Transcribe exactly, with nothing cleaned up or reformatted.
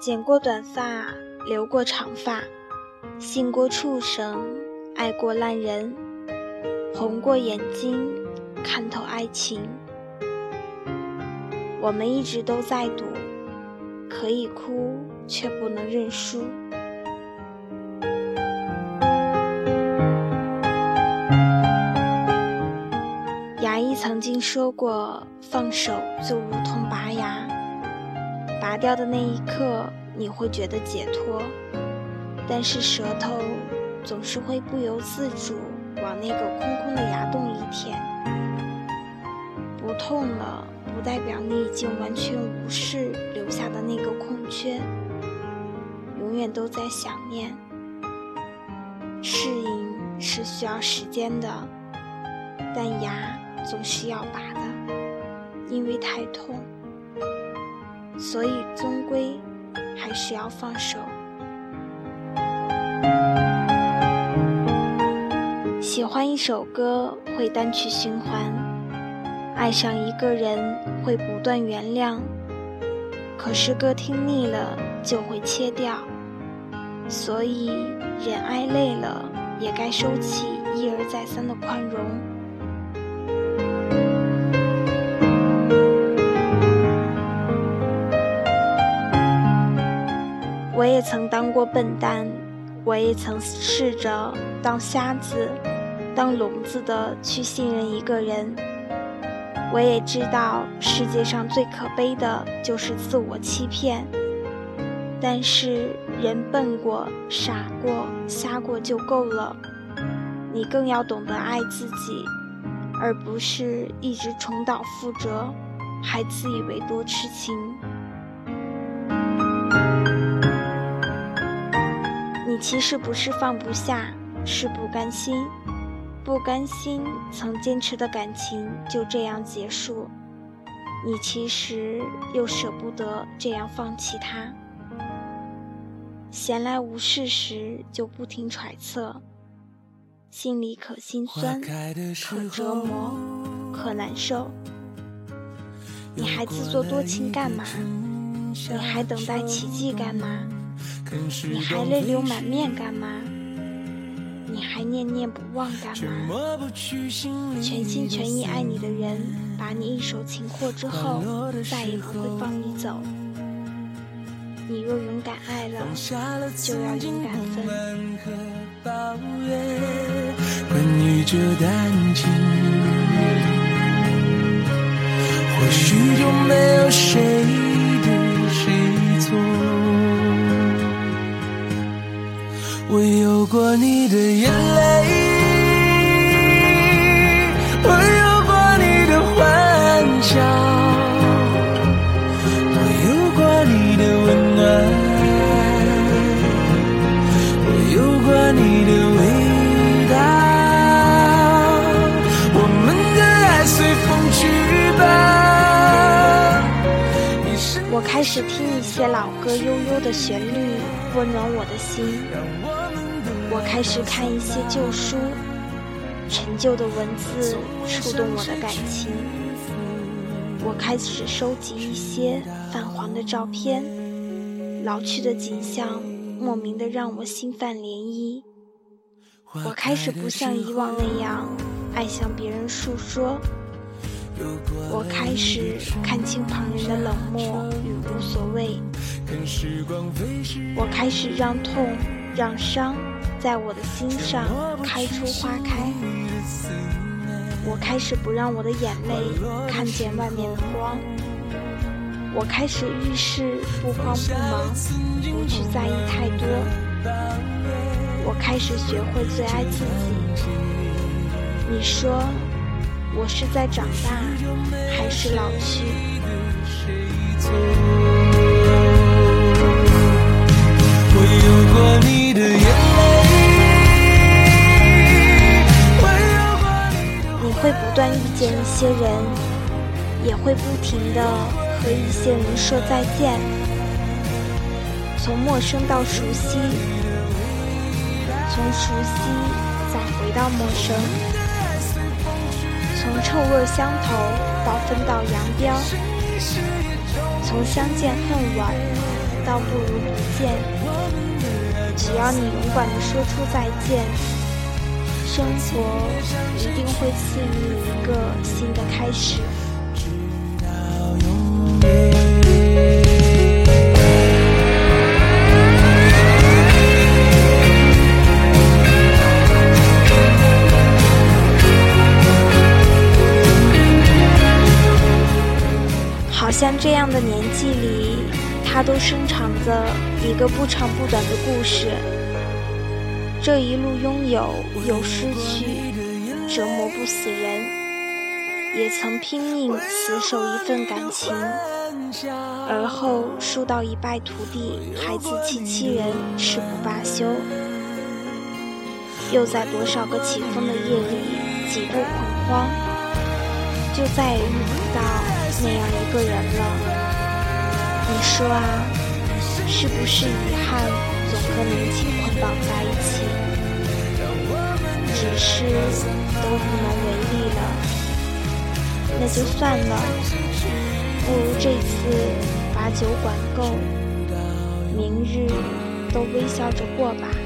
剪过短发，留过长发，信过畜生，爱过烂人，红过眼睛，看透爱情。我们一直都在赌，可以哭，却不能认输。牙医曾经说过，放手就如同拔牙，拔掉的那一刻你会觉得解脱，但是舌头总是会不由自主往那个空空的牙洞里舔。不痛了，不代表你已经完全无视留下的那个空缺，永远都在想念。适应是需要时间的，但牙总是要拔的，因为太痛，所以终归还是要放手。喜欢一首歌会单曲循环，爱上一个人会不断原谅，可是歌听腻了就会切掉，所以人爱累了也该收起一而再三的宽容。我也曾当过笨蛋，我也曾试着当瞎子当聋子的去信任一个人。我也知道世界上最可悲的就是自我欺骗，但是人笨过傻过瞎过就够了，你更要懂得爱自己，而不是一直重蹈覆辙，还自以为多痴情。你其实不是放不下，是不甘心，不甘心曾坚持的感情就这样结束，你其实又舍不得这样放弃它。闲来无事时就不停揣测，心里可心酸，可折磨，可难受。你还自作多情干嘛？你还等待奇迹干嘛？你还泪流满面干嘛？你还念念不忘干嘛？全心全意爱你的人把你一手擒获之后，再也不会放你走。你若勇敢爱了，就要勇敢分。 关于这段情，或许就没有谁对谁错。我有过你的眼泪，我有过你的欢笑，我有过你的温暖，我有过你的味道，我们的爱随风去吧。 我开始听一些老歌，悠悠的旋律温暖我的心。我开始看一些旧书，陈旧的文字触动我的感情。我开始收集一些泛黄的照片，老去的景象莫名的让我心泛涟漪。我开始不像以往那样爱向别人诉说，我开始看清旁人的冷漠与无所谓。我开始让痛让伤在我的心上开出花开。我开始不让我的眼泪看见外面的光。我开始遇事不慌不忙，不去在意太多。我开始学会最爱自己。你说我是在长大还是老去？ 我有过你的眼泪， 你会不断遇见一些人，也会不停地和一些人说再见。从陌生到熟悉，从熟悉再回到陌生，从臭味相投到分道扬镳，从相见恨晚倒不如不见。只要你勇敢地说出再见，生活一定会赐予你一个新的开始。好像这样的年纪里，它都深藏着一个不长不短的故事。这一路拥有有失去，折磨不死人，也曾拼命死守一份感情，而后输到一败涂地，还自欺欺人，誓不罢休。又在多少个起风的夜里极度恐慌，就再也遇不到那样一个人了。你说啊，是不是遗憾总和年轻捆绑在一起？只是都无能为力了，那就算了，不如这次把酒管够，明日都微笑着过吧。